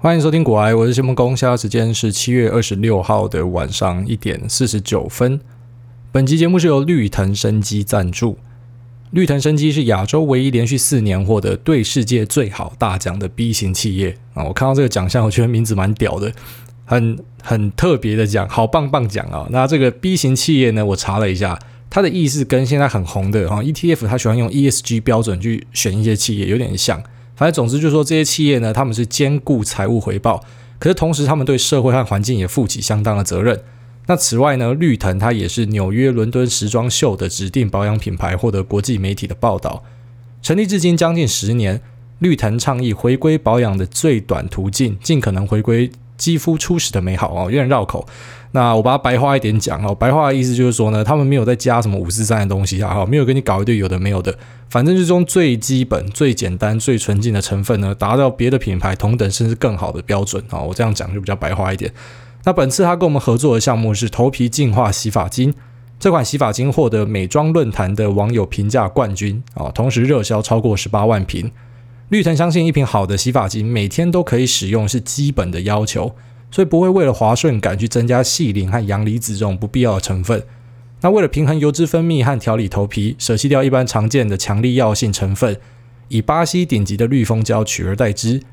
欢迎收听股癌，我是谢孟恭，现在时间是7月26号的晚上1点49分。本集节目是由绿藤生机赞助。绿藤生机是亚洲唯一连续4年获得对世界最好大奖的 B 型企业啊！我看到这个奖项，我觉得名字蛮屌的，很特别的奖，好棒棒奖啊！那这个 B 型企业呢，我查了一下，它的意思跟现在很红的ETF， 它喜欢用 ESG 标准去选一些企业有点像。反正总之就是说，这些企业呢，他们是兼顾财务回报，可是同时他们对社会和环境也负起相当的责任。那此外呢，绿藤它也是纽约、伦敦时装秀的指定保养品牌，获得国际媒体的报道。成立至今将近10年，绿藤倡议回归保养的最短途径，尽可能回归肌肤初始的美好有点绕口。那我把它白话一点讲白话的意思就是说呢，他们没有再加什么543的东西没有跟你搞一堆有的没有的，反正就是用最基本、最简单、最纯净的成分呢，达到别的品牌同等甚至更好的标准我这样讲就比较白话一点。那本次他跟我们合作的项目是头皮净化洗发精，这款洗发精获得美妆论坛的网友评价冠军同时热销超过18万瓶。绿藤相信一瓶好的洗发精每天都可以使用是基本的要求，所以不会为了滑顺感去增加细磷和阳离子这种不必要的成分。那为了平衡油脂分泌和调理头皮，舍弃掉一般常见的强力药性成分，以巴西顶级的绿蜂胶取而代之，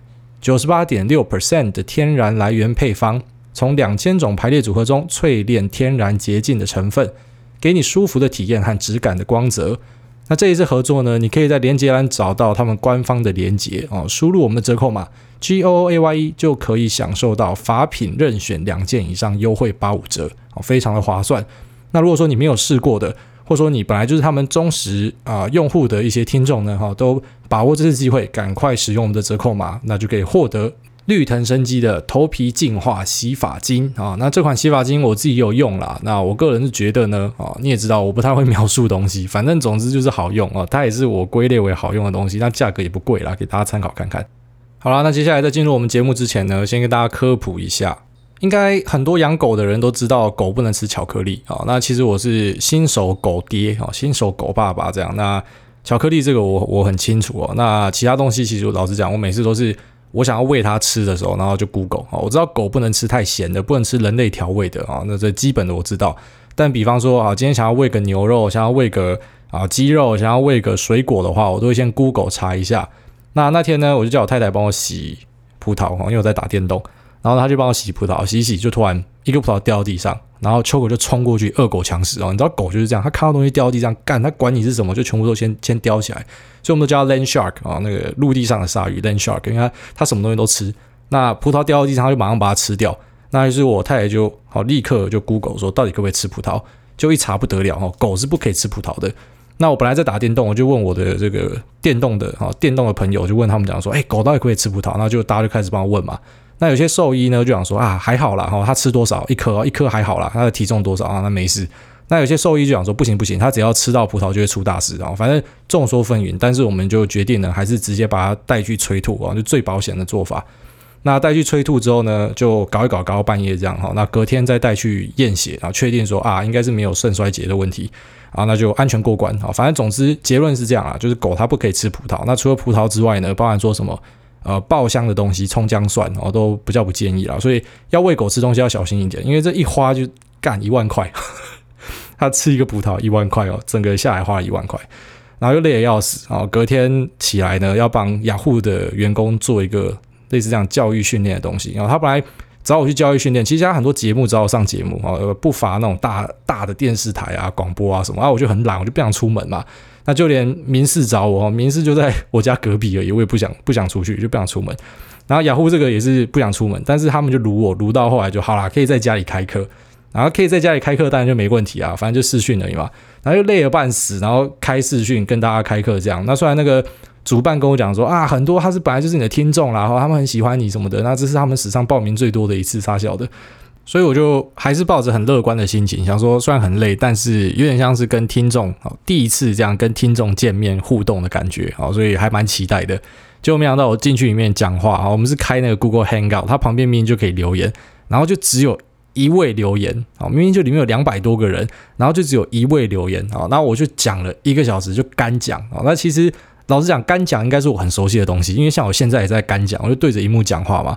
98.6% 的天然来源配方，从2000种排列组合中淬炼天然洁净的成分，给你舒服的体验和质感的光泽。那这一次合作呢，你可以在连结栏找到他们官方的连结输入我们的折扣码 GOOAYE 就可以享受到发品任选2件以上优惠85折非常的划算。那如果说你没有试过的，或者说你本来就是他们忠实用户的一些听众呢都把握这次机会，赶快使用我们的折扣码，那就可以获得绿藤生机的头皮净化洗发精那这款洗发精我自己有用啦，那我个人是觉得呢你也知道我不太会描述东西，反正总之就是好用它也是我归类为好用的东西，那价格也不贵啦，给大家参考看看。好啦，那接下来在进入我们节目之前呢，先跟大家科普一下，应该很多养狗的人都知道狗不能吃巧克力那其实我是新手狗爹新手狗爸爸这样，那巧克力这个我很清楚那其他东西其实老实讲，我每次都是我想要喂它吃的时候，然后就 Google 我知道狗不能吃太咸的，不能吃人类调味的那这基本的我知道。但比方说今天想要喂个牛肉，想要喂个鸡肉，想要喂个水果的话，我都会先 Google 查一下。那天呢，我就叫我太太帮我洗葡萄因为我在打电动，然后她就帮我洗葡萄，洗一洗就突然一个葡萄掉到地上，然后秋狗就冲过去，恶狗强食你知道狗就是这样，它看到东西掉到地上干，它管你是什么就全部都先叼起来，所以我们都叫它 land shark 那个陆地上的鲨鱼 land shark， 因为它什么东西都吃。那葡萄掉到地上，它就马上把它吃掉。那就是我太太就立刻就 Google 说到底可不可以吃葡萄，就一查不得了狗是不可以吃葡萄的。那我本来在打电动，我就问我的这个电动的朋友，就问他们讲说狗到底可不可以吃葡萄，那就大家就开始帮我问嘛。那有些兽医呢就讲说还好啦它吃多少一颗还好啦，它的体重多少那没事。那有些兽医就讲说不行，它只要吃到葡萄就会出大事反正众说纷纭，但是我们就决定呢，还是直接把它带去催吐就最保险的做法。那带去催吐之后呢，就搞一搞到半夜这样那隔天再带去验血，然后确定说应该是没有肾衰竭的问题那就安全过关反正总之结论是这样就是狗它不可以吃葡萄。那除了葡萄之外呢，包含说什么爆香的东西，葱姜蒜都比较不建议啦。所以要喂狗吃东西要小心一点，因为这一花就干1万块它吃一个葡萄1万块整个下来花了1万块，然后又累得要死隔天起来呢，要帮雅虎的员工做一个类似这样教育训练的东西他本来找我去教育训练，其实他很多节目找我上节目不乏那种大的电视台广播什么我就很懒，我就不想出门嘛。那就连民视找我民视就在我家隔壁而已，我也不想出去，就不想出门。然后雅虎这个也是不想出门，但是他们就撸到后来就好啦，可以在家里开课。然后可以在家里开课当然就没问题反正就视讯而已嘛。然后又累了半死，然后开视讯跟大家开课这样。那虽然那个主办跟我讲说很多他是本来就是你的听众啦他们很喜欢你什么的，那这是他们史上报名最多的一次杀小的。所以我就还是抱着很乐观的心情，想说虽然很累，但是有点像是跟听众第一次这样跟听众见面互动的感觉所以还蛮期待的。结果没想到我进去里面讲话我们是开那个 Google Hangout， 它旁边明明就可以留言，然后就只有1位留言明明就里面有200多个人，然后就只有1位留言那我就讲了1个小时就干讲那其实老实讲干讲应该是我很熟悉的东西，因为像我现在也在干讲，我就对着荧幕讲话嘛。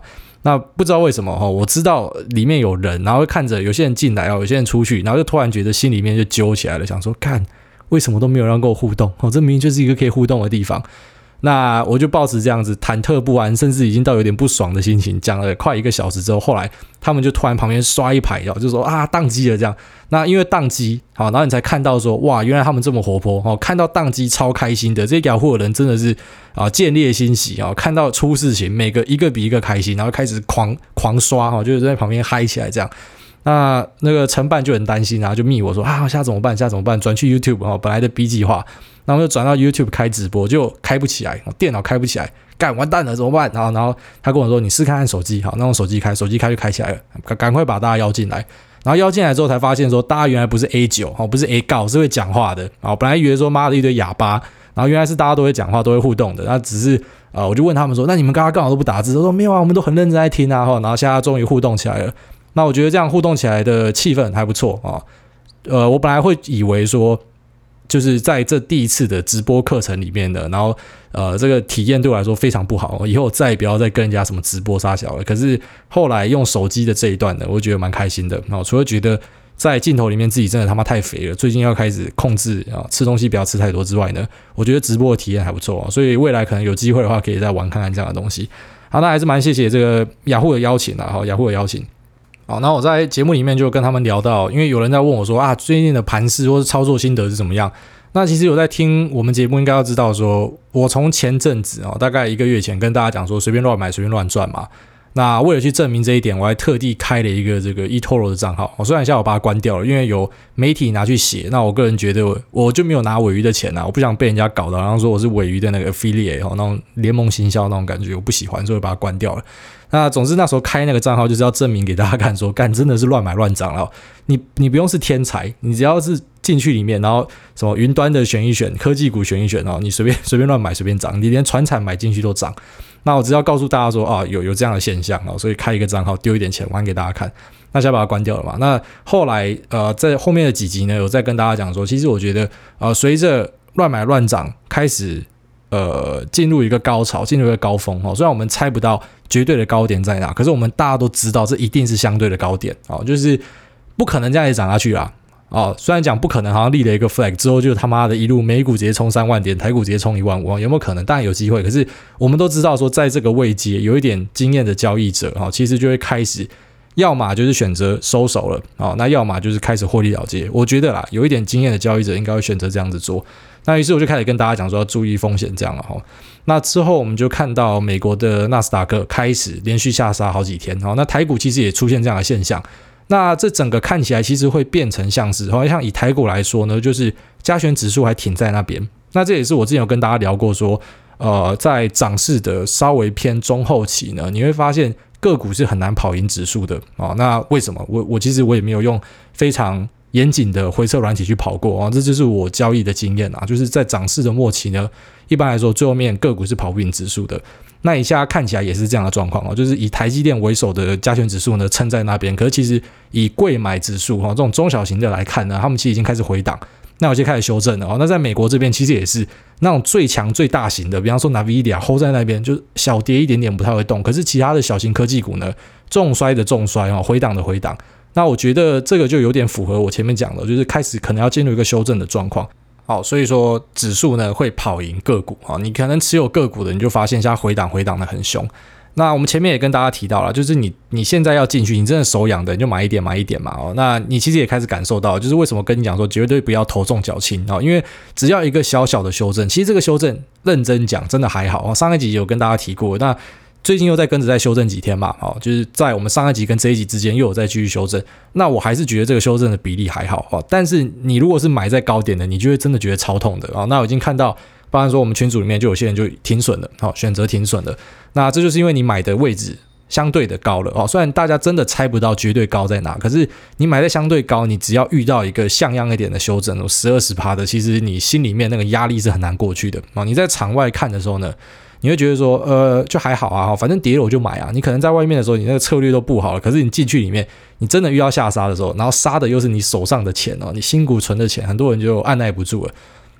那不知道为什么我知道里面有人，然后看着有些人进来有些人出去，然后就突然觉得心里面就揪起来了，想说干为什么都没有人跟我互动这明明就是一个可以互动的地方。那我就抱持这样子忐忑不安，甚至已经到有点不爽的心情，讲了快1个小时之后，后来他们就突然旁边刷一排，就说宕机了这样。那因为宕机，好，然后你才看到说哇，原来他们这么活泼，看到宕机超开心的，这些雅虎的人真的是见猎欣喜，看到出事情，每个一个比一个开心，然后开始狂刷，就是在旁边嗨起来这样。那个承办就很担心就密我说现在怎么办？转去 YouTube 本来的 B 计划，然后就转到 YouTube 开直播，就开不起来，电脑开不起来，干完蛋了怎么办？然后他跟我说你试看看手机，好，那用手机开就开起来了，赶快把大家邀进来。然后邀进来之后才发现说大家原来不是 A9 不是 A 告，是会讲话的。本来以为说妈的一堆哑巴，然后原来是大家都会讲话都会互动的。那只是我就问他们说那你们刚刚干嘛都不打字？他说没有我们都很认真在听然后现在终于互动起来了。那我觉得这样互动起来的气氛还不错我本来会以为说就是在这第一次的直播课程里面的，然后这个体验对我来说非常不好，以后再也不要再跟人家什么直播杀小了。可是后来用手机的这一段呢，我觉得蛮开心的除了觉得在镜头里面自己真的他妈太肥了，最近要开始控制吃东西不要吃太多之外呢，我觉得直播的体验还不错所以未来可能有机会的话可以再玩看看这样的东西。好，那还是蛮谢谢这个雅虎的邀请雅虎的邀请。好，那我在节目里面就跟他们聊到，因为有人在问我说最近的盘势或是操作心得是怎么样。那其实有在听我们节目应该要知道说，我从前阵子大概1个月前跟大家讲说随便乱买随便乱赚嘛。那为了去证明这一点，我还特地开了一个这个 eToro 的账号虽然现在我把它关掉了，因为有媒体拿去写，那我个人觉得我就没有拿尾鱼的钱我不想被人家搞到然后说我是尾鱼的那个 affiliate 那种联盟行销那种感觉，我不喜欢，所以我把它关掉了。那总之那时候开那个账号就是要证明给大家看说干真的是乱买乱涨了，你不用是天才，你只要是进去里面，然后什么云端的选一选，科技股选一选你随便乱买随便涨，你连传产买进去都涨。那我只要告诉大家说有这样的现象所以开一个账号丢一点钱玩给大家看。那现在把它关掉了嘛。那后来在后面的几集呢有在跟大家讲说，其实我觉得随着乱买乱涨开始进入一个高潮，进入一个高峰虽然我们猜不到绝对的高点在哪，可是我们大家都知道这一定是相对的高点就是不可能这样子涨下去啦虽然讲不可能，好像立了一个 flag 之后就他妈的一路美股直接冲3万点，台股直接冲1万5有没有可能？当然有机会，可是我们都知道说在这个位阶有一点经验的交易者其实就会开始要么就是选择收手了那要么就是开始获利了结。我觉得啦，有一点经验的交易者应该会选择这样子做。那于是我就开始跟大家讲说要注意风险这样了那之后我们就看到美国的纳斯达克开始连续下杀好几天那台股其实也出现这样的现象。那这整个看起来其实会变成像是像以台股来说呢，就是加权指数还挺在那边。那这也是我之前有跟大家聊过说在涨势的稍微偏中后期呢，你会发现个股是很难跑赢指数的那为什么？我其实我也没有用非常严谨的回测软体去跑过这就是我交易的经验就是在涨势的末期呢，一般来说最后面个股是跑不赢指数的。那以下看起来也是这样的状况就是以台积电为首的加权指数呢撑在那边，可是其实以贵买指数这种中小型的来看呢，他们其实已经开始回档，那有些开始修正了那在美国这边其实也是那种最强最大型的，比方说 Nvidia hold 在那边就小跌一点点不太会动，可是其他的小型科技股呢重摔的重摔回档的回档。那我觉得这个就有点符合我前面讲的，就是开始可能要进入一个修正的状况所以说指数呢会跑赢个股你可能持有个股的你就发现现在回档的很凶。那我们前面也跟大家提到了，就是你现在要进去，你真的手痒的你就买一点嘛那你其实也开始感受到，就是为什么跟你讲说绝对不要头重脚轻因为只要一个小小的修正，其实这个修正认真讲真的还好上一集有跟大家提过，那最近又在跟着在修正几天嘛就是在我们上一集跟这一集之间又有在继续修正，那我还是觉得这个修正的比例还好但是你如果是买在高点的，你就会真的觉得超痛的那我已经看到包含说我们群组里面就有些人就停损了选择停损了。那这就是因为你买的位置相对的高了虽然大家真的猜不到绝对高在哪，可是你买在相对高，你只要遇到一个像样一点的修正12-10%的，其实你心里面那个压力是很难过去的你在场外看的时候呢，你会觉得说就还好反正跌了我就买你可能在外面的时候你那个策略都布好了，可是你进去里面你真的遇到下杀的时候，然后杀的又是你手上的钱你辛苦存的钱，很多人就按耐不住了。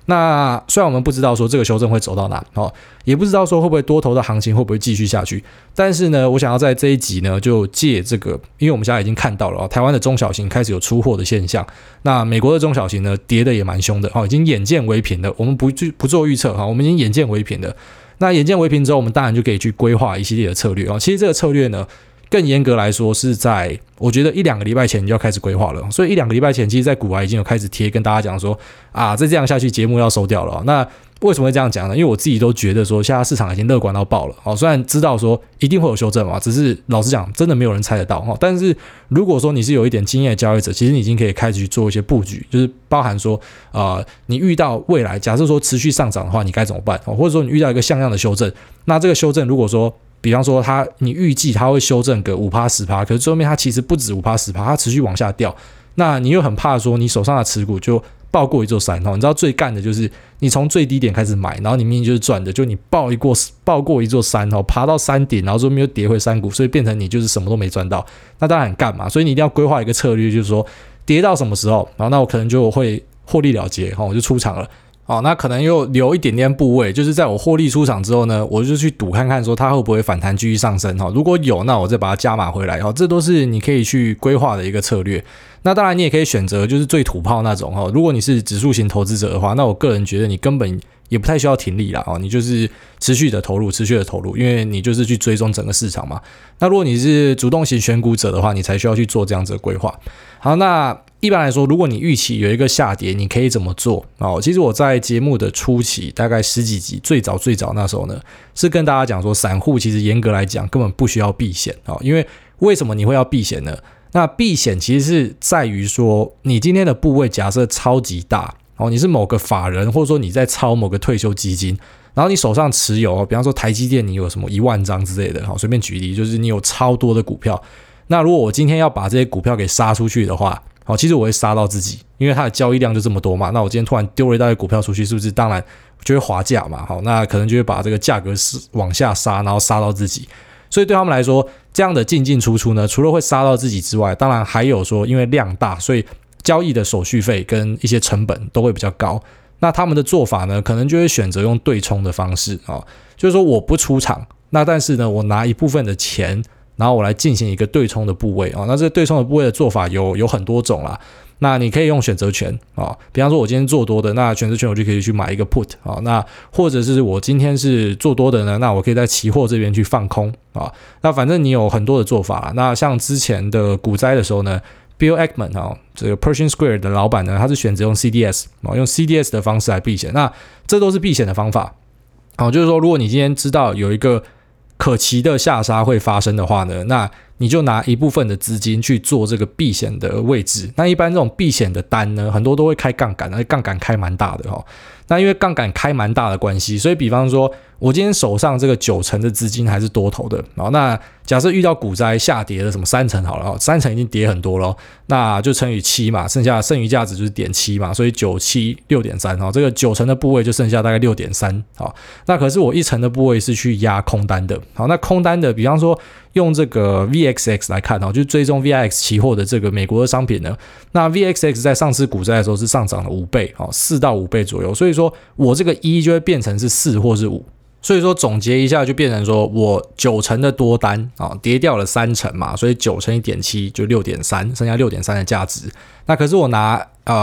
那虽然我们不知道说这个修正会走到哪，也不知道说会不会多头的行情会不会继续下去，但是呢，我想要在这一集呢就借这个，因为我们现在已经看到了台湾的中小型开始有出货的现象，那美国的中小型呢跌的也蛮凶的，已经眼见为凭了，我们不做预测，我们已经眼见为凭了。那眼见为凭之后，我们当然就可以去规划一系列的策略，其实这个策略呢更严格来说是在我觉得1-2个礼拜前你就要开始规划了，所以1-2个礼拜前其实在股癌已经有开始贴跟大家讲说再这样下去节目要收掉了。那为什么会这样讲呢？因为我自己都觉得说现在市场已经乐观到爆了，虽然知道说一定会有修正嘛，只是老实讲真的没有人猜得到，但是如果说你是有一点经验的交易者，其实你已经可以开始去做一些布局，就是包含说你遇到未来假设说持续上涨的话你该怎么办，或者说你遇到一个像样的修正，那这个修正如果说比方说你预计它会修正个 5%、10%， 可是最后面它其实不止 5%、10%， 它持续往下掉，那你又很怕说你手上的持股就爆过一座山，你知道最干的就是你从最低点开始买，然后你明明就是赚的，就你爆过一座山，爬到山顶，然后最后面又跌回山谷，所以变成你就是什么都没赚到，那当然很干嘛，所以你一定要规划一个策略，就是说跌到什么时候，然后那我可能就会获利了结，我就出场了。那可能又留一点点部位，就是在我获利出场之后呢，我就去赌看看说它会不会反弹继续上升，如果有，那我再把它加码回来，这都是你可以去规划的一个策略。那当然你也可以选择就是最土炮那种，如果你是指数型投资者的话，那我个人觉得你根本也不太需要停利啦，你就是持续的投入，因为你就是去追踪整个市场嘛。那如果你是主动型选股者的话，你才需要去做这样子的规划。好，那一般来说，如果你预期有一个下跌，你可以怎么做？其实我在节目的初期，大概10几集，最早那时候呢，是跟大家讲说，散户其实严格来讲根本不需要避险，因为为什么你会要避险呢？那避险其实是在于说，你今天的部位假设超级大，你是某个法人，或者说你在抄某个退休基金，然后你手上持有，比方说台积电你有什么1万张之类的，随便举例，就是你有超多的股票。那如果我今天要把这些股票给杀出去的话，其实我会杀到自己，因为它的交易量就这么多嘛。那我今天突然丢了一大堆股票出去，是不是当然就会滑价嘛？那可能就会把这个价格往下杀，然后杀到自己。所以对他们来说，这样的进出出呢，除了会杀到自己之外，当然还有说因为量大，所以交易的手续费跟一些成本都会比较高。那他们的做法呢，可能就会选择用对冲的方式，就是说我不出场，那但是呢，我拿一部分的钱，然后我来进行一个对冲的部位，那这个对冲的部位的做法有很多种啦。那你可以用选择权，比方说我今天做多的，那选择权我就可以去买一个 put，那或者是我今天是做多的呢，那我可以在期货这边去放空，那反正你有很多的做法。那像之前的股灾的时候呢， Bill Ackman，这个 Pershing Square 的老板呢，他是选择用 CDS，用 CDS 的方式来避险。那这都是避险的方法，就是说如果你今天知道有一个可期的下杀会发生的话呢，那你就拿一部分的资金去做这个避险的位置。那一般这种避险的单呢，很多都会开杠杆，而且杠杆开蛮大的。那因为杠杆开蛮大的关系，所以比方说我今天手上这个90%的资金还是多头的，那假设遇到股灾下跌了什么30%好了，30%已经跌很多了，那就乘以7嘛，剩下剩余价值就是 0.7 嘛，所以97 6.3， 这个90%的部位就剩下大概 6.3。 那可是我1成的部位是去压空单的，那空单的比方说用这个 VXX 来看，就追踪 VIX 期货的这个美国的商品呢，那 VXX 在上次股灾的时候是上涨了5倍，4到5倍左右，所以说我这个1就会变成是4或是5。所以说总结一下就变成说我90%的多单跌掉了3成嘛，所以9乘 1.7 就 6.3， 剩下 6.3 的价值。那可是我拿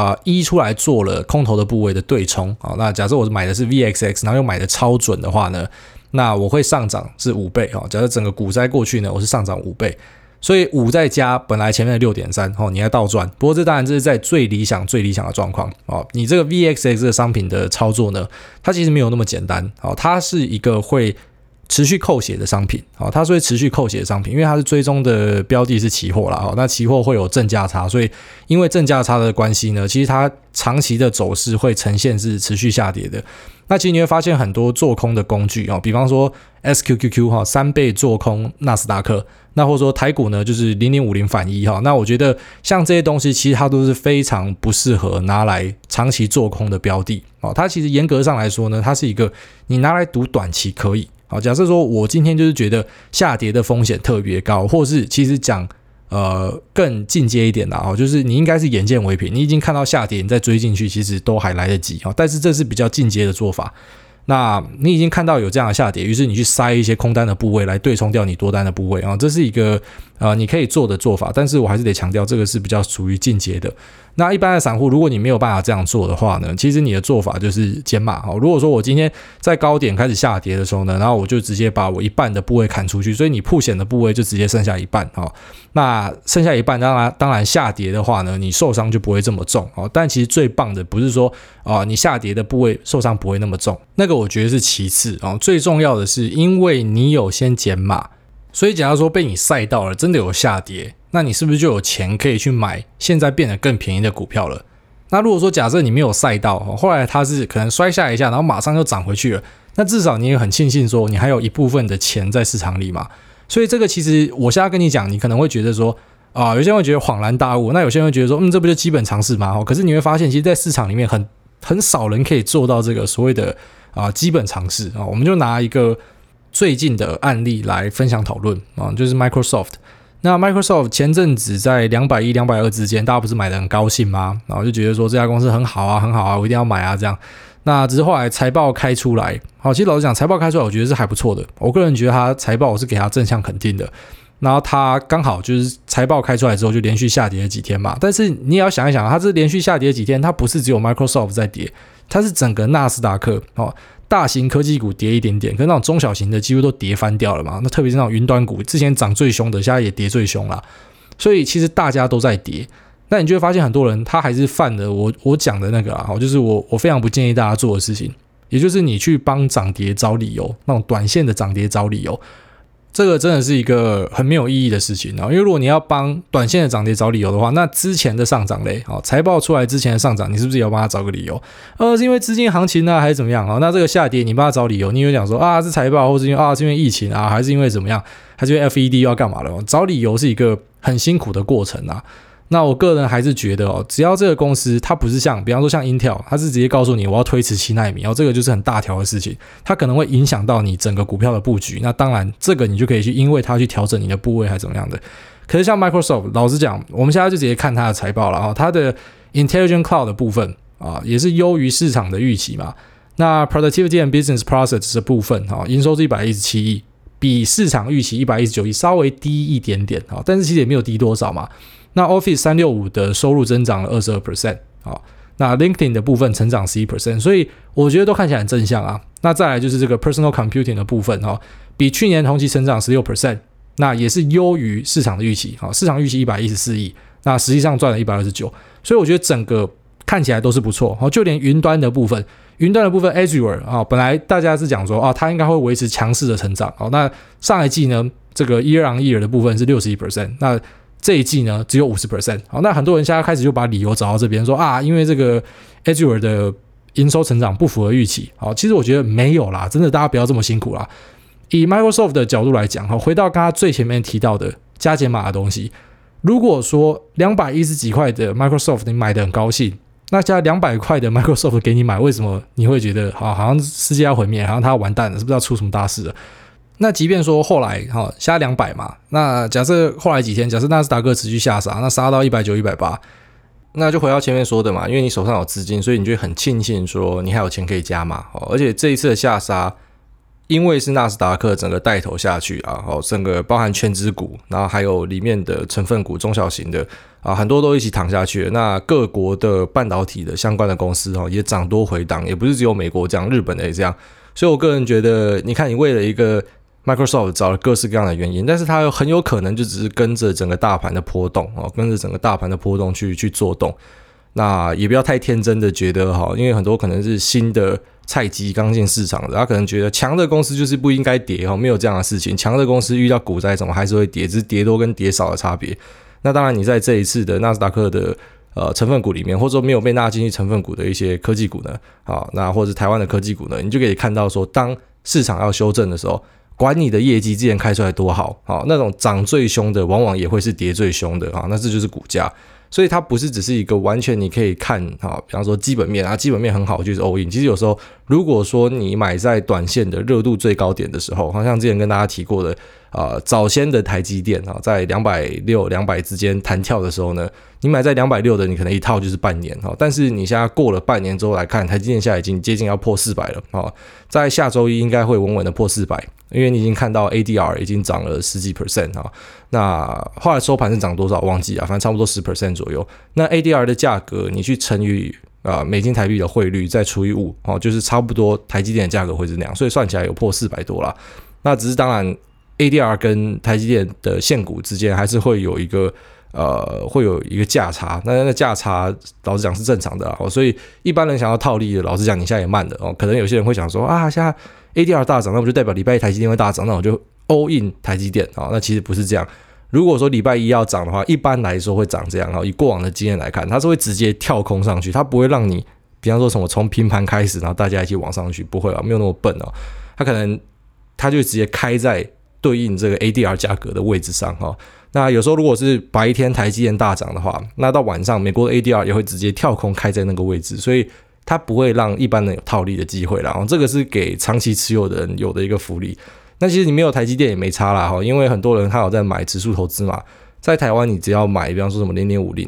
1出来做了空头的部位的对冲，那假设我买的是 VXX， 然后又买的超准的话呢，那我会上涨是5倍，假设整个股灾过去呢，我是上涨5倍，所以5再加本来前面的 6.3， 你还倒赚。不过这当然这是在最理想的状况，你这个 VXX 这个商品的操作呢，它其实没有那么简单，它是一个会持续扣血的商品，它是会持续扣血的商品，因为它是追踪的标的是期货啦，那期货会有正价差，所以因为正价差的关系呢，其实它长期的走势会呈现是持续下跌的。那其实你会发现很多做空的工具，比方说 SQQQ 3倍做空纳斯达克，那或者说台股呢就是0050反1，那我觉得像这些东西其实它都是非常不适合拿来长期做空的标的，它其实严格上来说呢，它是一个你拿来赌短期可以，假设说我今天就是觉得下跌的风险特别高，或是其实讲更进阶一点啦，就是你应该是眼见为凭，你已经看到下跌，你再追进去其实都还来得及，但是这是比较进阶的做法。那你已经看到有这样的下跌，于是你去塞一些空单的部位来对冲掉你多单的部位，这是一个你可以做的做法，但是我还是得强调这个是比较属于进阶的。那一般的散户，如果你没有办法这样做的话呢，其实你的做法就是减码。如果说我今天在高点开始下跌的时候呢，然后我就直接把我一半的部位砍出去，所以你曝险的部位就直接剩下一半。那剩下一半当然下跌的话呢，你受伤就不会这么重。但其实最棒的不是说你下跌的部位受伤不会那么重，那个我觉得是其次。最重要的是因为你有先减码，所以假如说被你赛到了，真的有下跌，那你是不是就有钱可以去买现在变得更便宜的股票了？那如果说假设你没有赛到，后来它是可能摔下一下，然后马上就涨回去了，那至少你也很庆幸说你还有一部分的钱在市场里嘛。所以这个其实我现在跟你讲，你可能会觉得说有些人会觉得恍然大悟，那有些人会觉得说这不就基本常识吗？可是你会发现其实在市场里面很少人可以做到这个所谓的基本常识。我们就拿一个最近的案例来分享讨论就是 Microsoft。那 Microsoft 前阵子在210、220之间，大家不是买得很高兴吗？然后就觉得说这家公司很好啊，很好啊，我一定要买啊这样。那只是后来财报开出来，其实老实讲，财报开出来我觉得是还不错的。我个人觉得他财报我是给他正向肯定的。然后他刚好就是财报开出来之后就连续下跌了几天嘛。但是你也要想一想，他这连续下跌几天，它不是只有 Microsoft 在跌，它是整个纳斯达克大型科技股跌一点点，可是那种中小型的几乎都跌翻掉了嘛。那特别是那种云端股，之前涨最凶的，现在也跌最凶啦。所以其实大家都在跌，那你就会发现很多人他还是犯了我讲的那个啦，就是我非常不建议大家做的事情，也就是你去帮涨跌找理由，那种短线的涨跌找理由。这个真的是一个很没有意义的事情，因为如果你要帮短线的涨跌找理由的话，那之前的上涨嘞，财报出来之前的上涨，你是不是也要帮他找个理由？是因为资金行情啊，还是怎么样？那这个下跌你帮他找理由，你会讲说是财报，或是因为是因为疫情啊，还是因为怎么样？还是因为 FED 要干嘛了？找理由是一个很辛苦的过程啊。那我个人还是觉得只要这个公司它不是比方说像 Intel， 它是直接告诉你我要推迟7奈米，这个就是很大条的事情，它可能会影响到你整个股票的布局。那当然这个你就可以去因为它去调整你的部位还是怎么样的。可是像 Microsoft， 老实讲，我们现在就直接看它的财报了，它的 Intelligent Cloud 的部分也是优于市场的预期嘛。那 Productivity and Business Process 的部分营收是117亿，比市场预期119亿稍微低一点点，但是其实也没有低多少嘛。那 Office 365的收入增长了 22%， 那 LinkedIn 的部分成长 11%， 所以我觉得都看起来很正向啊。那再来就是这个 Personal Computing 的部分比去年同期成长 16%， 那也是优于市场的预期，市场预期114亿，那实际上赚了129，所以我觉得整个看起来都是不错。就连云端的部分 Azure 本来大家是讲说它应该会维持强势的成长，那上一季呢这个 year on year 的部分是 61%， 那这一季呢只有 50%。 那很多人现在开始就把理由找到这边说因为这个 Azure 的营收成长不符合预期。其实我觉得没有啦，真的大家不要这么辛苦啦。以 Microsoft 的角度来讲，回到刚刚最前面提到的加减码的东西，如果说210几块的 Microsoft 你买得很高兴，那加200块的 Microsoft 给你买，为什么你会觉得好像世界要毁灭，好像它要完蛋了，是不是要出什么大事了？那即便说后来下200嘛，那假设后来几天，假设纳斯达克持续下杀，那杀到190、180，那就回到前面说的嘛，因为你手上有资金，所以你就很庆幸说你还有钱可以加码。而且这一次的下杀，因为是纳斯达克整个带头下去整个包含全指股，然后还有里面的成分股中小型的很多都一起躺下去了。那各国的半导体的相关的公司也涨多回档，也不是只有美国这样，日本的也这样。所以我个人觉得，你看你为了一个Microsoft 找了各式各样的原因，但是它很有可能就只是跟着整个大盘的波动跟着整个大盘的波动去做动。那也不要太天真的觉得因为很多可能是新的菜鸡刚进市场的，他可能觉得强的公司就是不应该跌没有这样的事情，强的公司遇到股灾怎么还是会跌，只是跌多跟跌少的差别。那当然你在这一次的纳斯达克的成分股里面，或者说没有被纳进去成分股的一些科技股呢那或者是台湾的科技股呢，你就可以看到说当市场要修正的时候，管你的业绩之前开出来多好那种涨最凶的往往也会是跌最凶的那这就是股价。 所以它不是只是一个完全你可以看比方说基本面基本面很好就是 all in。其实有时候如果说你买在短线的热度最高点的时候，好像之前跟大家提过的早先的台积电在260、200之间弹跳的时候呢，你买在260的，你可能一套就是半年但是你现在过了半年之后来看，台积电现在已经接近要破400了在下周一应该会稳稳的破400，因为你已经看到 ADR 已经涨了10几%那后来收盘是涨多少忘记反正差不多10% 左右。那 ADR 的价格你去乘以美金台币的汇率再除以5就是差不多台积电的价格会是那样，所以算起来有破400多啦。那只是当然 ADR 跟台积电的现股之间还是会有一个价差，那价差老实讲是正常的所以一般人想要套利的，老实讲你现在也慢了可能有些人会想说现在 ADR 大涨，那不就代表礼拜一台积电会大涨，那我就 all in 台积电那其实不是这样。如果说礼拜一要涨的话，一般来说会涨这样以过往的经验来看，它是会直接跳空上去，它不会让你比方说什么从平盘开始然后大家一起往上去，不会没有那么笨它可能它就直接开在对应这个 ADR 价格的位置上那有时候如果是白天台积电大涨的话，那到晚上美国的 ADR 也会直接跳空开在那个位置，所以它不会让一般人有套利的机会啦这个是给长期持有的人有的一个福利。那其实你没有台积电也没差啦因为很多人他有在买指数投资嘛，在台湾你只要买比方说什么0050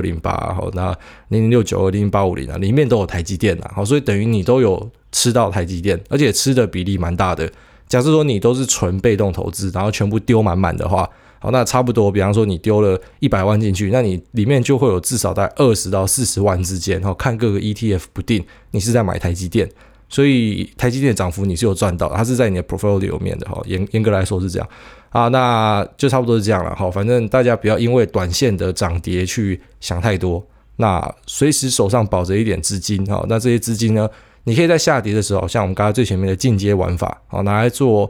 6208那0069 0085里面都有台积电所以等于你都有吃到台积电，而且吃的比例蛮大的。假设说你都是纯被动投资，然后全部丢满满的话那差不多比方说你丢了100万进去，那你里面就会有至少在20到40万之间看各个 ETF 不定你是在买台积电，所以台积电的涨幅你是有赚到的，它是在你的 portfolio 里面的严格来说是这样那就差不多是这样了反正大家不要因为短线的涨跌去想太多，那随时手上保着一点资金那这些资金呢，你可以在下跌的时候，像我们刚才最前面的进阶玩法拿来做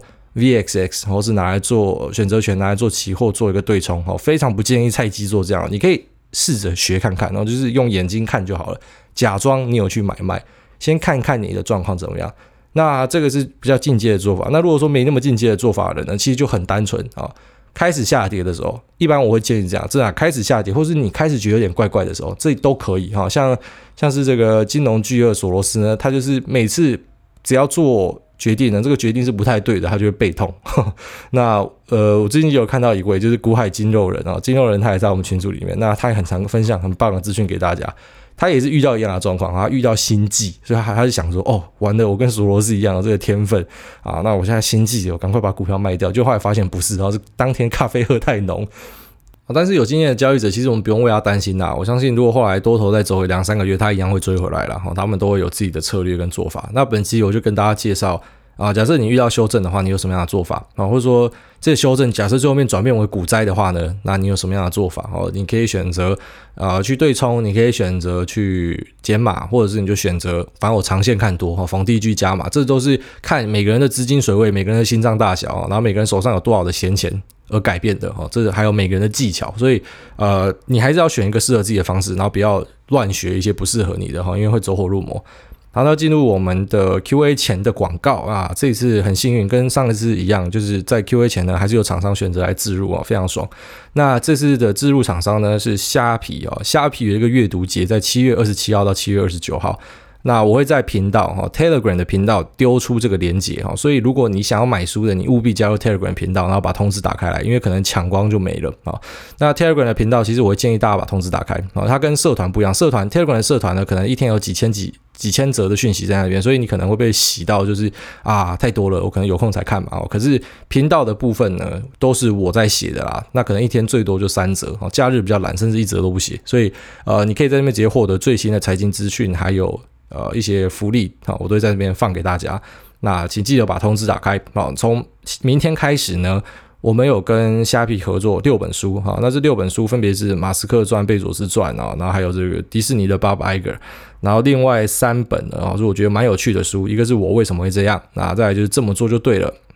VXX 或是拿来做选择权，拿来做期货做一个对冲非常不建议菜鸡做这样，你可以试着学看看就是用眼睛看就好了，假装你有去买卖，先看看你的状况怎么样。那这个是比较进阶的做法。那如果说没那么进阶的做法的人呢，其实就很单纯开始下跌的时候，一般我会建议这样，开始下跌或是你开始觉得有点怪怪的时候，这都可以像是这个金融巨鳄索罗斯呢，他就是每次只要做决定呢，这个决定是不太对的，他就会背痛那我最近就有看到一位就是股海金肉人金肉人他也在我们群组里面，那他也很常分享很棒的资讯给大家。他也是遇到一样的状况，他遇到心悸，所以他就想说完了，我跟索罗斯一样的这个天分那我现在心悸，我赶快把股票卖掉，就后来发现不是，然后是当天咖啡喝太浓但是有经验的交易者，其实我们不用为他担心我相信如果后来多头再走回2-3个月，他一样会追回来啦他们都会有自己的策略跟做法。那本期我就跟大家介绍假设你遇到修正的话，你有什么样的做法或者说这个修正假设最后面转变为股灾的话呢，那你有什么样的做法你可以选择去对冲，你可以选择去减码，或者是你就选择反正我长线看多逢低去加码，这都是看每个人的资金水位，每个人的心脏大小然后每个人手上有多少的闲钱而改变的这还有每个人的技巧，所以你还是要选一个适合自己的方式，然后不要乱学一些不适合你的因为会走火入魔。好，那进入我们的 QA 前的广告这一次很幸运，跟上一次一样，就是在 QA 前呢，还是有厂商选择来置入非常爽。那这次的置入厂商呢是虾皮虾皮有一个阅读节，在7月27号到7月29号。那我会在频道Telegram 的频道丢出这个连结所以如果你想要买书的，你务必加入 Telegram 频道，然后把通知打开来，因为可能抢光就没了那 Telegram 的频道，其实我会建议大家把通知打开它跟社团不一样，Telegram 的社团呢，可能一天有几千则的讯息在那边，所以你可能会被洗到就是太多了，我可能有空才看嘛可是频道的部分呢，都是我在写的啦，那可能一天最多就3则假日比较懒，甚至1则都不写，所以你可以在那边直接获得最新的财经资讯，还有一些福利我都会在那边放给大家。那请记得把通知打开从明天开始呢，我们有跟虾皮合作6本书那这6本书分别是马斯克传、贝佐斯传然后还有这个迪士尼的 Bob Iger， 然后另外3本是我觉得蛮有趣的书，一个是我为什么会这样，那再来就是这么做就对了，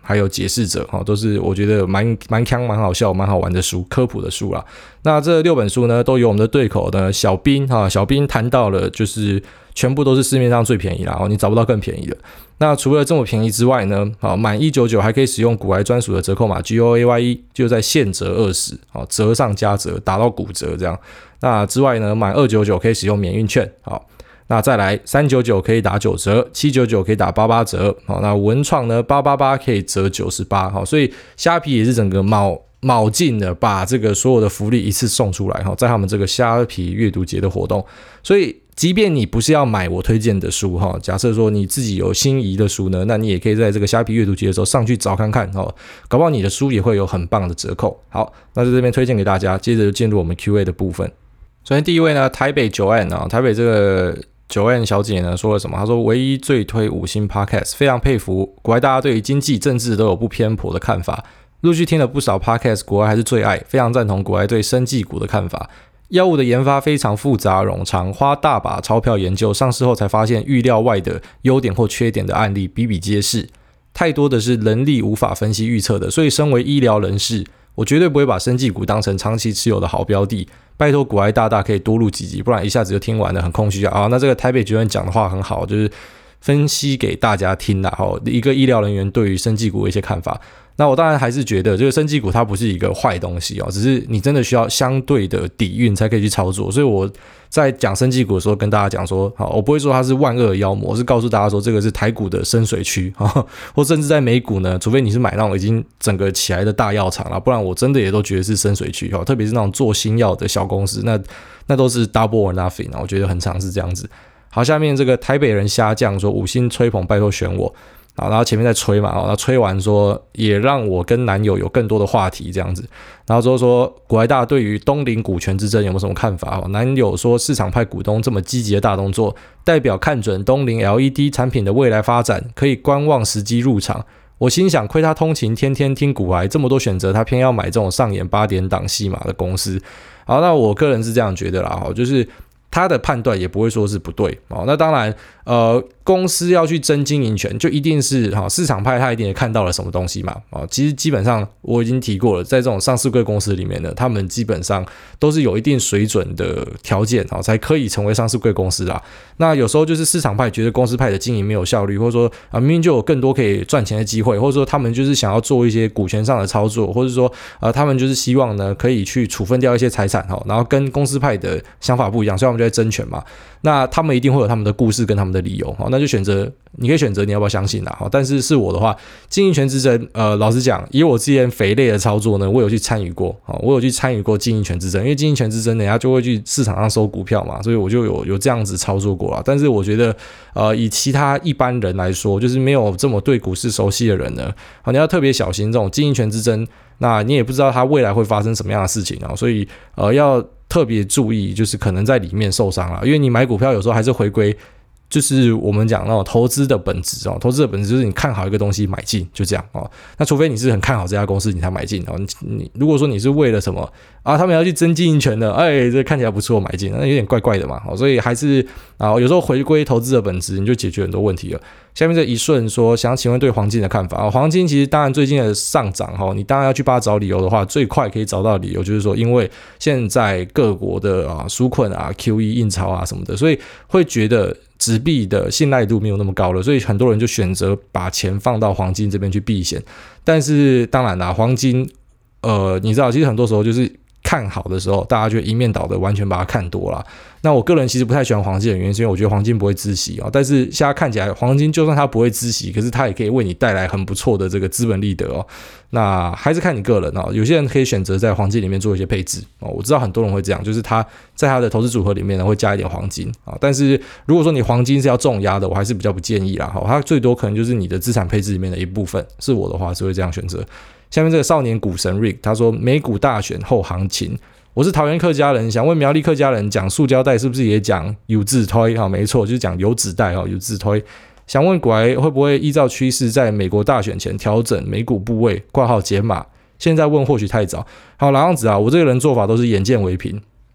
还有解释者都是我觉得蛮强、蛮好笑、蛮好玩的书，科普的书啦。那这6本书呢，都由我们的对口呢小兵谈到了，就是全部都是市面上最便宜啦，你找不到更便宜的。那除了这么便宜之外呢，满199还可以使用股癌专属的折扣码 GOAYE， 就在现折20，折上加折，打到骨折这样。那之外呢，满299可以使用免运券，那再来399可以打9折，799可以打88折，那文创呢888可以折98，所以虾皮也是整个卯劲的把这个所有的福利一次送出来，在他们这个虾皮阅读节的活动。所以即便你不是要买我推荐的书，假设说你自己有心仪的书呢，那你也可以在这个虾皮阅读节的时候上去找看看，搞不好你的书也会有很棒的折扣。好，那在这边推荐给大家，接着就进入我们 Q&A 的部分。首先第一位呢，台北9N，台北这个9N 小姐呢说了什么？她说唯一最推5星 Podcast， 非常佩服国外大家对于经济政治都有不偏颇的看法，陆续听了不少 Podcast， 国外还是最爱，非常赞同国外对生技股的看法。药物的研发非常复杂冗长，花大把钞票研究，上市后才发现预料外的优点或缺点的案例比比皆是，太多的是人力无法分析预测的，所以身为医疗人士，我绝对不会把生技股当成长期持有的好标的。拜托股癌大大可以多录几集，不然一下子就听完了，很空虚啊。那这个台北9N讲的话很好，就是分析给大家听啦，一个医疗人员对于生技股的一些看法。那我当然还是觉得这个生技股它不是一个坏东西只是你真的需要相对的底蕴才可以去操作。所以我在讲生技股的时候跟大家讲说，我不会说它是万恶的妖魔，我是告诉大家说这个是台股的深水区，或甚至在美股呢，除非你是买那种已经整个起来的大药厂啦，不然我真的也都觉得是深水区，特别是那种做新药的小公司，那都是 double or nothing， 我觉得很常是这样子。好，下面这个台北人虾酱说5星吹捧，拜托选我。然后前面在吹嘛，然后吹完说也让我跟男友有更多的话题这样子。然后之后说国外大对于东林股权之争有没有什么看法？男友说市场派股东这么积极的大动作，代表看准东林 LED 产品的未来发展，可以观望时机入场。我心想，亏他通勤天天听股癌，这么多选择，他偏要买这种上演8点档戏码的公司。好，那我个人是这样觉得啦，就是他的判断也不会说是不对。那当然公司要去争经营权，就一定是市场派他一定也看到了什么东西嘛。其实基本上我已经提过了，在这种上市柜公司里面呢，他们基本上都是有一定水准的条件才可以成为上市柜公司啦。那有时候就是市场派觉得公司派的经营没有效率，或者说明明就有更多可以赚钱的机会，或者说他们就是想要做一些股权上的操作，或者说他们就是希望呢可以去处分掉一些财产然后跟公司派的想法不一样，所以他们就在争权嘛。那他们一定会有他们的故事跟他们的理由，那就选择，你可以选择你要不要相信啦。但是是我的话，经营权之争，老实讲，以我之前肥类的操作呢，我有去参与过，经营权之争，因为经营权之争，人家就会去市场上收股票嘛，所以我就有这样子操作过啦。但是我觉得，以其他一般人来说，就是没有这么对股市熟悉的人呢，你要特别小心这种经营权之争。那你也不知道它未来会发生什么样的事情所以要特别注意，就是可能在里面受伤了，因为你买股票有时候还是回归就是我们讲那种投资的本质投资的本质就是你看好一个东西买进，就这样那除非你是很看好这家公司你才买进你如果说你是为了什么他们要去争经营权的，这看起来不错买进，那有点怪怪的嘛所以还是有时候回归投资的本质，你就解决很多问题了。下面这一顺说，想请问对黄金的看法黄金其实当然最近的上涨你当然要去帮它找理由的话，最快可以找到的理由就是说，因为现在各国的纾困QE 印钞什么的，所以会觉得纸币的信赖度没有那么高了，所以很多人就选择把钱放到黄金这边去避险。但是当然啦，黄金你知道其实很多时候就是看好的时候，大家就一面倒的完全把它看多了。那我个人其实不太喜欢黄金的原因，是因为我觉得黄金不会孳息但是现在看起来黄金就算它不会孳息，可是它也可以为你带来很不错的这个资本利得那还是看你个人有些人可以选择在黄金里面做一些配置我知道很多人会这样，就是他在他的投资组合里面呢会加一点黄金但是如果说你黄金是要重压的，我还是比较不建议啦它最多可能就是你的资产配置里面的一部分，是我的话是会这样选择。下面这个少年股神 Rick 他说，美股大选后行情，我是桃园客家人，想问苗栗客家人讲塑胶袋是不是也讲有字推没错，就是讲油纸袋有字推。想问股癌会不会依照趋势在美国大选前调整美股部位挂号解码，现在问或许太早。好，老样子我这个人做法都是眼见为凭。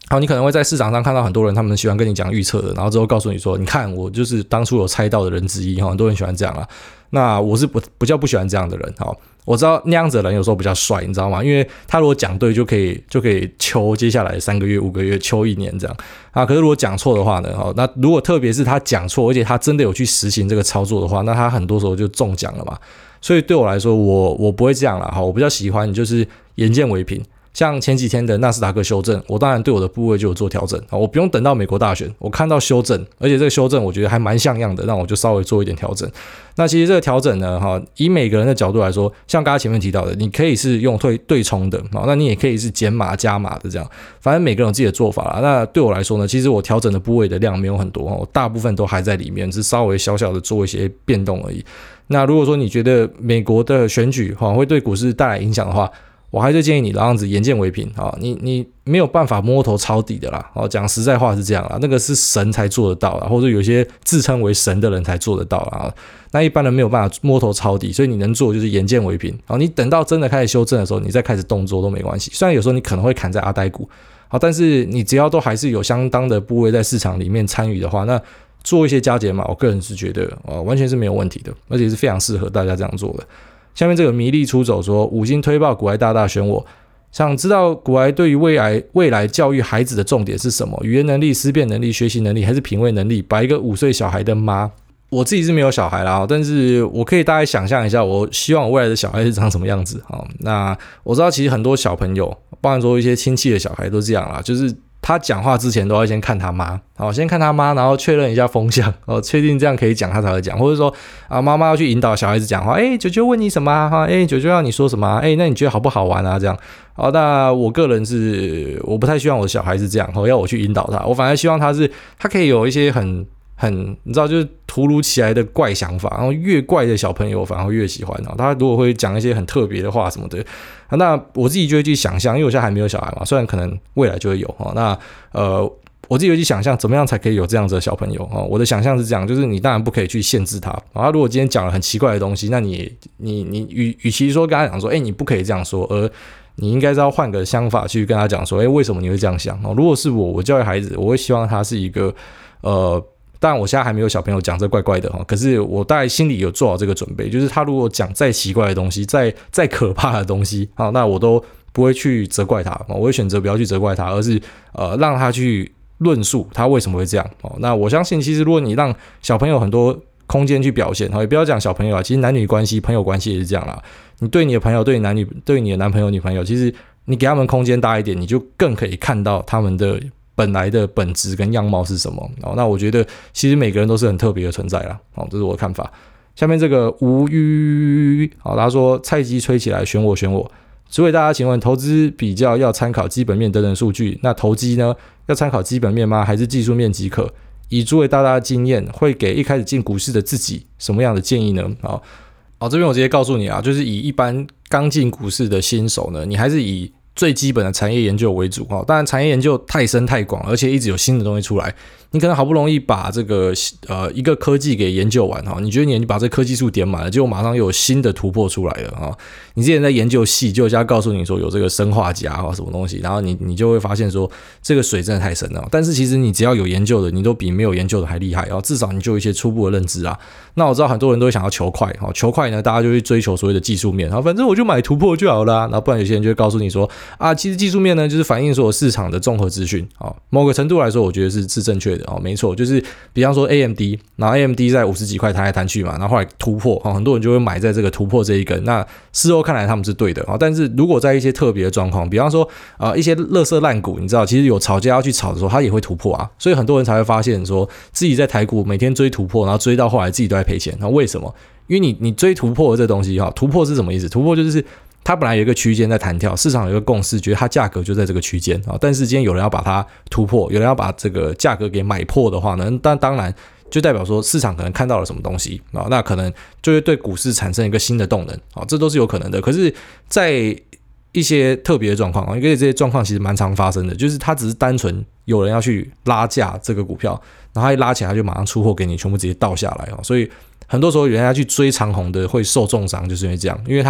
好，你可能会在市场上看到很多人，他们喜欢跟你讲预测的，然后之后告诉你说，你看我就是当初有猜到的人之一，很多人喜欢这样啊。那我是比较不喜欢这样的人，好，我知道那样子的人有时候比较帅，你知道吗？因为他如果讲对就可以求接下来3个月、5个月、求1年这样啊。可是如果讲错的话呢，那如果特别是他讲错，而且他真的有去实行这个操作的话，那他很多时候就中奖了嘛。所以对我来说，我不会这样啦，我比较喜欢就是眼见为凭。像前几天的纳斯达克修正，我当然对我的部位就有做调整，我不用等到美国大选，我看到修正，而且这个修正我觉得还蛮像样的，让我就稍微做一点调整。那其实这个调整呢，以每个人的角度来说，像刚才前面提到的，你可以是用对冲的，那你也可以是减码加码的这样，反正每个人有自己的做法啦。那对我来说呢，其实我调整的部位的量没有很多，大部分都还在里面，是稍微小小的做一些变动而已。那如果说你觉得美国的选举会对股市带来影响的话，我还是建议你这样子眼见为凭啊，你没有办法摸头抄底的啦。讲实在话是这样啦，那个是神才做得到啦，或者有些自称为神的人才做得到啦。那一般人没有办法摸头抄底，所以你能做就是眼见为凭。你等到真的开始修正的时候，你再开始动作都没关系。虽然有时候你可能会砍在阿呆股，但是你只要都还是有相当的部位在市场里面参与的话，那做一些加减码，我个人是觉得完全是没有问题的，而且是非常适合大家这样做的。下面这个迷力出走说，5星推爆股癌大大选我，想知道股癌对于未来教育孩子的重点是什么？语言能力、思辨能力、学习能力，还是品味能力？把一个5岁小孩的妈，我自己是没有小孩啦，但是我可以大概想象一下，我希望我未来的小孩是长什么样子。那我知道其实很多小朋友，包含说一些亲戚的小孩都这样啦，就是他讲话之前都要先看他妈，先看他妈，然后确认一下风向，确定这样可以讲他才会讲，或者说妈妈要去引导小孩子讲话，舅舅问你什么啊？舅舅要你说什么啊？那你觉得好不好玩啊？这样，那我个人是我不太希望我的小孩是这样，要我去引导他，我反而希望他可以有一些很你知道就是突如其来的怪想法，然后越怪的小朋友反而会越喜欢。他如果会讲一些很特别的话什么的，那我自己就会去想象，因为我现在还没有小孩嘛，虽然可能未来就会有。那我自己会去想象怎么样才可以有这样子的小朋友。我的想象是这样，就是你当然不可以去限制他。他如果今天讲了很奇怪的东西，那你与其说跟他讲说你不可以这样说，而你应该是要换个想法去跟他讲说为什么你会这样想。如果是我教育孩子，我会希望他是一个当然我现在还没有小朋友讲这怪怪的，可是我大概心里有做好这个准备，就是他如果讲再奇怪的东西，再可怕的东西，那我都不会去责怪他，我会选择不要去责怪他，而是让他去论述他为什么会这样。那我相信其实如果你让小朋友很多空间去表现，也不要讲小朋友其实男女关系、朋友关系也是这样啦。你对你的朋友、对你的男朋友、女朋友，其实你给他们空间大一点，你就更可以看到他们的本来的本质跟样貌是什么。那我觉得其实每个人都是很特别的存在啦。这是我的看法。下面这个无语，他说菜鸡吹起来选我。所以大家请问，投资比较要参考基本面等等数据，那投机呢要参考基本面吗？还是技术面即可？以诸位大大的经验，会给一开始进股市的自己什么样的建议呢？好，这边我直接告诉你啊，就是以一般刚进股市的新手呢，你还是以最基本的产业研究为主。当然产业研究太深太广，而且一直有新的东西出来，你可能好不容易把这个一个科技给研究完，你觉得你把这科技树点满了，结果马上又有新的突破出来了。你之前在研究矽，就有家告诉你说有这个砷化镓什么东西，然后你就会发现说这个水真的太深了。但是其实你只要有研究的，你都比没有研究的还厉害，至少你就有一些初步的认知啊。那我知道很多人都会想要求快，求快呢，大家就会追求所谓的技术面，反正我就买突破就好了。然后不然有些人就会告诉你说其实技术面呢就是反映所有市场的综合资讯。某个程度来说，我觉得是正确的。没错，就是比方说 AMD， 然后 AMD 在50几块弹来弹去嘛，然后后来突破，很多人就会买在这个突破这一根。那事后看来他们是对的，但是如果在一些特别的状况，比方说一些垃圾烂股，你知道其实有炒家要去炒的时候，它也会突破啊。所以很多人才会发现说自己在台股每天追突破，然后追到后来自己都在赔钱。那为什么？因为你追突破的这东西，突破是什么意思？突破就是它本来有一个区间在弹跳，市场有一个共识，觉得它价格就在这个区间，但是今天有人要把它突破，有人要把这个价格给买破的话呢，当然就代表说市场可能看到了什么东西，那可能就会对股市产生一个新的动能，这都是有可能的。可是在一些特别的状况，因为这些状况其实蛮常发生的，就是它只是单纯有人要去拉价这个股票，然后它一拉起来它就马上出货给你，全部直接倒下来。所以很多时候人家去追长红的会受重伤，就是因为这样，因为它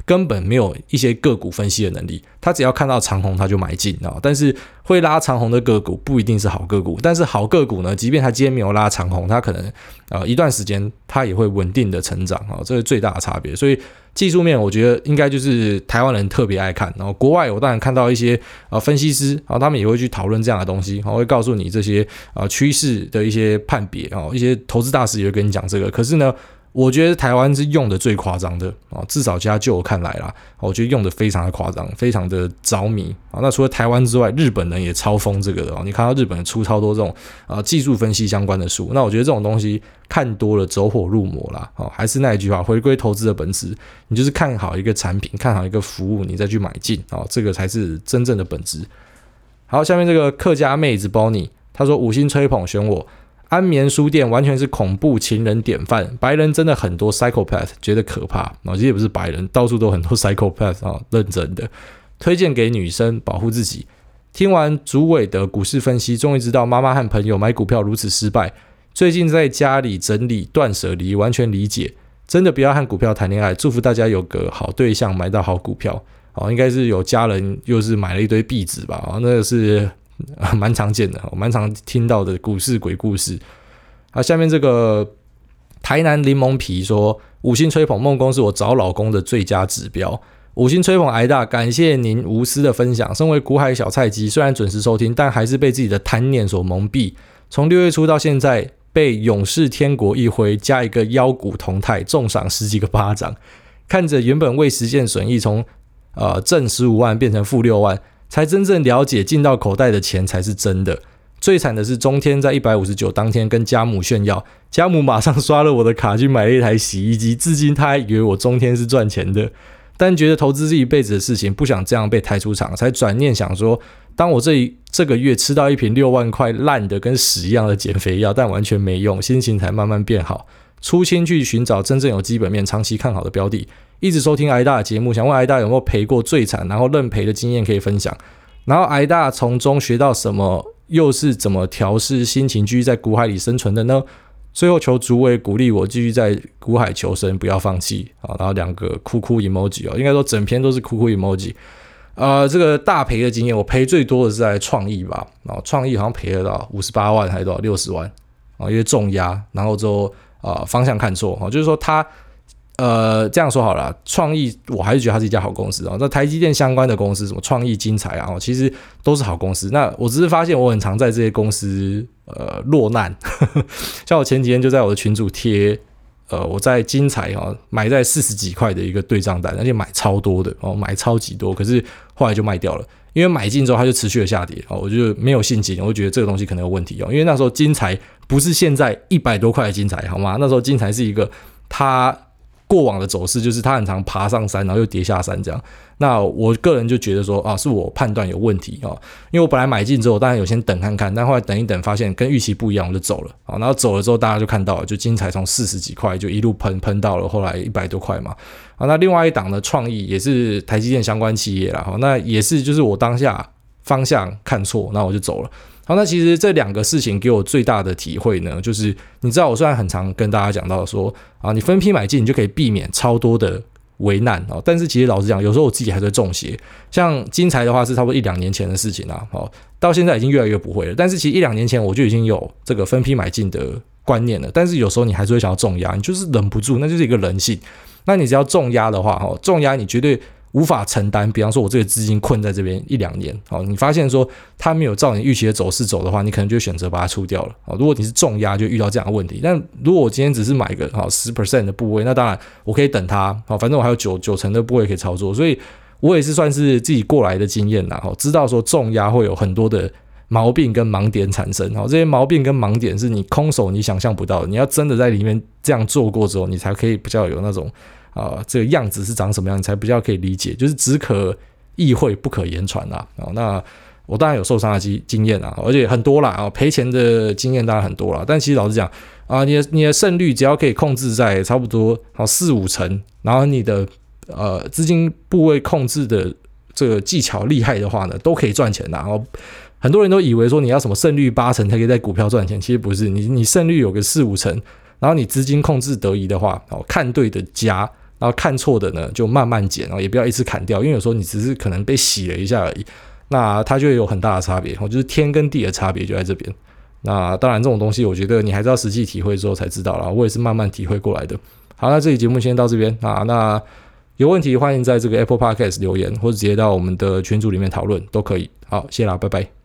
根本没有一些个股分析的能力，他只要看到长红他就买进但是会拉长红的个股不一定是好个股，但是好个股呢，即便他今天没有拉长红，他可能一段时间他也会稳定的成长这是最大的差别。所以技术面我觉得应该就是台湾人特别爱看，然后国外我当然看到一些分析师他们也会去讨论这样的东西，会告诉你这些趋势的一些判别一些投资大师也会跟你讲这个。可是呢，我觉得台湾是用的最夸张的至少就我看来啦，我觉得用的非常的夸张，非常的着迷那除了台湾之外，日本人也超疯这个的你看到日本人出超多这种技术分析相关的书，那我觉得这种东西看多了走火入魔啦还是那一句话，回归投资的本质，你就是看好一个产品，看好一个服务，你再去买进这个才是真正的本质。好，下面这个客家妹子 Bonnie 他说5星吹捧选我，安眠书店完全是恐怖情人典范，白人真的很多 psychopath， 觉得可怕其实也不是白人，到处都很多 psychopath 认真的，推荐给女生保护自己。听完主委的股市分析，终于知道妈妈和朋友买股票如此失败，最近在家里整理断舍离，完全理解，真的不要和股票谈恋爱，祝福大家有个好对象，买到好股票应该是有家人又是买了一堆币纸吧那个是蛮常见的，蛮常听到的股市鬼故事下面这个台南柠檬皮说5星吹捧，梦工是我找老公的最佳指标，5星吹捧挨大，感谢您无私的分享。身为股海小菜鸡，虽然准时收听，但还是被自己的贪念所蒙蔽。从6月初到现在，被勇士天国一挥加一个妖股同泰，重赏10几个巴掌，看着原本未实现损益从正15万变成负6万，才真正了解进到口袋的钱才是真的。最惨的是中天在159当天跟家母炫耀，家母马上刷了我的卡去买了一台洗衣机，至今他还以为我中天是赚钱的，但觉得投资是一辈子的事情，不想这样被抬出场，才转念想说，当我这个月吃到一瓶6万块烂的跟屎一样的减肥药，但完全没用，心情才慢慢变好。出清去寻找真正有基本面、长期看好的标的。一直收听挨大的节目，想问挨大有没有赔过最惨，然后认赔的经验可以分享。然后挨大从中学到什么，又是怎么调试心情，继续在股海里生存的呢？最后求主委鼓励我继续在股海求生，不要放弃然后2个哭哭 emoji 应该说整篇都是哭哭 emoji。这个大赔的经验，我赔最多的是在创意吧，创意好像赔了到58万还是多少60万因为重压，然后之后方向看错就是说他这样说好了，创意我还是觉得它是一家好公司那台积电相关的公司，什么创意、精彩其实都是好公司。那我只是发现我很常在这些公司落难像我前几天就在我的群组贴我在精彩买在40几块的一个对账单，而且买超多的买超级多，可是后来就卖掉了，因为买进之后它就持续的下跌我就没有信心，我就觉得这个东西可能有问题因为那时候精彩不是现在100多块的精彩好吗？那时候精彩是一个它过往的走势，就是它很常爬上山然后又跌下山这样。那我个人就觉得说是我判断有问题因为我本来买进之后当然有先等看看，但后来等一等发现跟预期不一样，我就走了然后走了之后大家就看到了，就精彩从40几块就一路喷到了后来100多块嘛那另外一档的创意也是台积电相关企业啦那也是就是我当下方向看错，那我就走了好，那其实这2个事情给我最大的体会呢，就是你知道我虽然很常跟大家讲到说你分批买进你就可以避免超多的为难但是其实老实讲，有时候我自己还是会中邪。像精材的话是差不多1-2年前的事情到现在已经越来越不会了。但是其实1-2年前我就已经有这个分批买进的观念了，但是有时候你还是会想要重压，你就是忍不住，那就是一个人性。那你只要重压的话重压你绝对无法承担，比方说我这个资金困在这边1-2年你发现说它没有照你预期的走势走的话，你可能就选择把它出掉了如果你是重压就遇到这样的问题，但如果我今天只是买个10% 的部位，那当然我可以等它反正我还有9成的部位可以操作，所以我也是算是自己过来的经验啦知道说重压会有很多的毛病跟盲点产生这些毛病跟盲点是你空手你想象不到的，你要真的在里面这样做过之后，你才可以比较有那种这个样子是长什么样，你才比较可以理解，就是只可意会不可言传啦那我当然有受伤的经验而且很多啦赔钱的经验当然很多啦，但其实老实讲你的胜率只要可以控制在差不多4-5成，然后你的资金部位控制的这个技巧厉害的话呢，都可以赚钱啦很多人都以为说你要什么胜率8成才可以在股票赚钱，其实不是，你胜率有个4-5成，然后你资金控制得宜的话看对的家然后看错的呢就慢慢剪，也不要一次砍掉，因为有时候你只是可能被洗了一下而已，那它就会有很大的差别，就是天跟地的差别就在这边。那当然这种东西我觉得你还是要实际体会之后才知道啦，我也是慢慢体会过来的。好，那这期节目先到这边啊，那有问题欢迎在这个 Apple Podcast 留言，或者直接到我们的群组里面讨论都可以。好，谢啦，拜拜。